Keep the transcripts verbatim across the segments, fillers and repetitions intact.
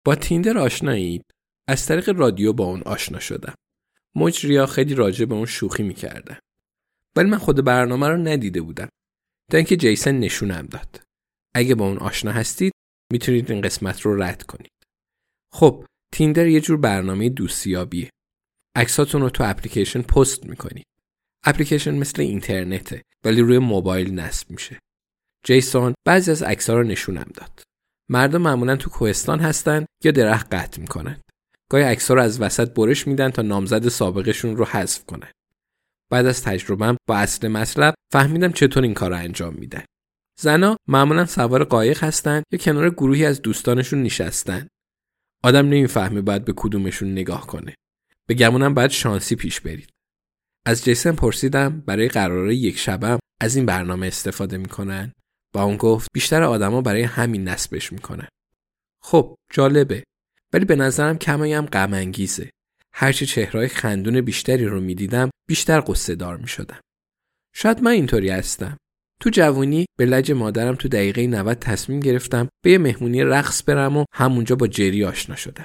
با تیندر آشنایید؟ از طریق رادیو با اون آشنا شدم. مجریا خیلی راجع به اون شوخی میکردن. ولی من خود برنامه رو ندیده بودم. تا اینکه جیسن نشونم داد. اگه با اون آشنا هستید میتونید این قسمت رو رد کنید. خب تیندر یه جور برنامه دوستیابیه. عکساتون رو تو اپلیکیشن پست میکنید. اپلیکیشن مثل اینترنته ولی روی موبایل نصب میشه. جیسون بعضی از عکس‌ها رو نشونم داد. مردم معمولاً تو کوهستان هستن یا درخت قطع میکنن. گاهی عکس‌ها رو از وسط برش میدن تا نامزد سابقشون رو حذف کنن. بعد از تجربه‌ام با اصل مطلب فهمیدم چطور این کار رو انجام میدن. زنا معمولاً سوار قایق هستن یا کنار گروهی از دوستانشون نشستن. آدم نمیفهمه باید به کدومشون نگاه کنه. به گمونم باید شانسی پیش برید. از جیسن پرسیدم برای قراره یک شبم از این برنامه استفاده میکنن. با اون گفت بیشتر آدما برای همین نصبش میکنن. خب جالبه. ولی به نظرم کمایی هم غم انگیزه. هرچی چهره‌های خندون بیشتری رو میدیدم بیشتر قصه دار میشدم. شاید من اینطوری هستم. تو جوونی به لهجه مادرم تو دقیقه نود تصمیم گرفتم به یه مهمونی رقص برم و همونجا با جری آشنا شدم.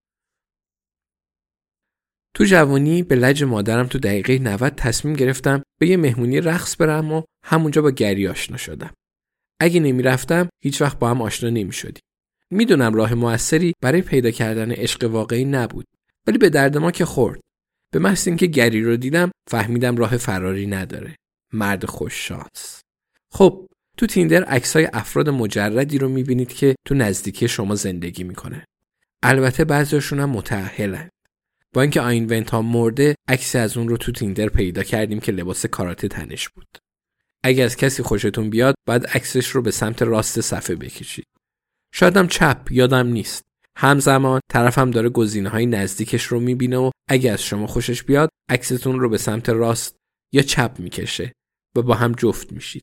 تو جوانی به لهجه مادرم تو دقیقه نود تصمیم گرفتم به یه مهمونی رقص برم و همونجا با گری آشنا شدم. اگه نمی رفتم هیچ وقت با هم آشنا نمی شدیم. میدونم راه موثری برای پیدا کردن عشق واقعی نبود، ولی به درد ما که خورد. به محض اینکه گری رو دیدم فهمیدم راه فراری نداره. مرد خوش شانس. خب تو تیندر عکسای افراد مجردی رو میبینید که تو نزدیکی شما زندگی میکنه. البته بعضیاشون هم متأهلن. با اینکه آین ونت ها مرده عکسی از اون رو تو تیندر پیدا کردیم که لباس کاراته تنش بود. اگه از کسی خوشتون بیاد باید عکسش رو به سمت راست صفحه بکشید. شایدم چپ، یادم نیست. همزمان طرفم داره گزینه‌های نزدیکش رو میبینه و اگه از شما خوشش بیاد عکستون رو به سمت راست یا چپ میکشه و با هم جفت میشید.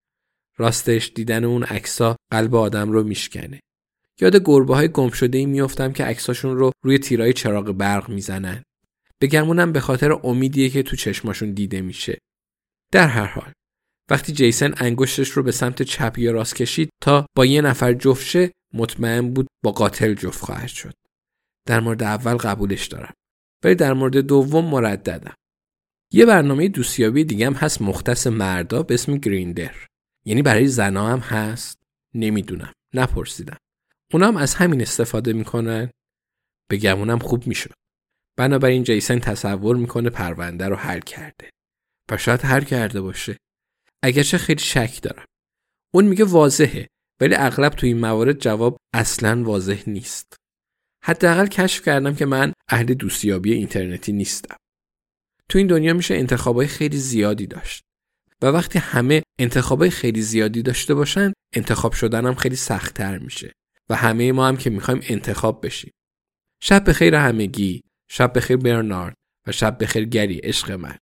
راستش دیدن اون عکس‌ها قلب آدم رو میشکنه. یاد گربه‌های گمشده‌ای میافتم که عکساشون رو روی تیرای چراغ برق میزنن. بگمونم به خاطر امیدیه که تو چشماشون دیده میشه. در هر حال وقتی جیسن انگشتش رو به سمت چپ یا راست کشید تا با یه نفر جفت شه، مطمئن بود با قاتل جفت خواهد شد. در مورد اول قبولش دارم، ولی در مورد دوم مرددم. یه برنامه دوستیابی دیگه هم هست مختص مردا به اسم گریندر. یعنی برای زنا هم هست؟ نمیدونم، نپرسیدم. اونا هم از همین استفاده میکنن؟ بگمونم خوب میشد. بنابراین جیسن تصور میکنه پرونده رو حل کرده. و شاید حل کرده باشه. اگرچه خیلی شک دارم. اون میگه واضحه، ولی اغلب تو این موارد جواب اصلاً واضح نیست. حداقل کشف کردم که من اهل دوستیابی اینترنتی نیستم. تو این دنیا میشه انتخابای خیلی زیادی داشت. و وقتی همه انتخابای خیلی زیادی داشته باشن، انتخاب شدنم خیلی سخت‌تر میشه. و همه ما هم که میخوایم انتخاب بشیم. شب بخیر همگی، شب بخیر برنارد و شب بخیر گری عشق من.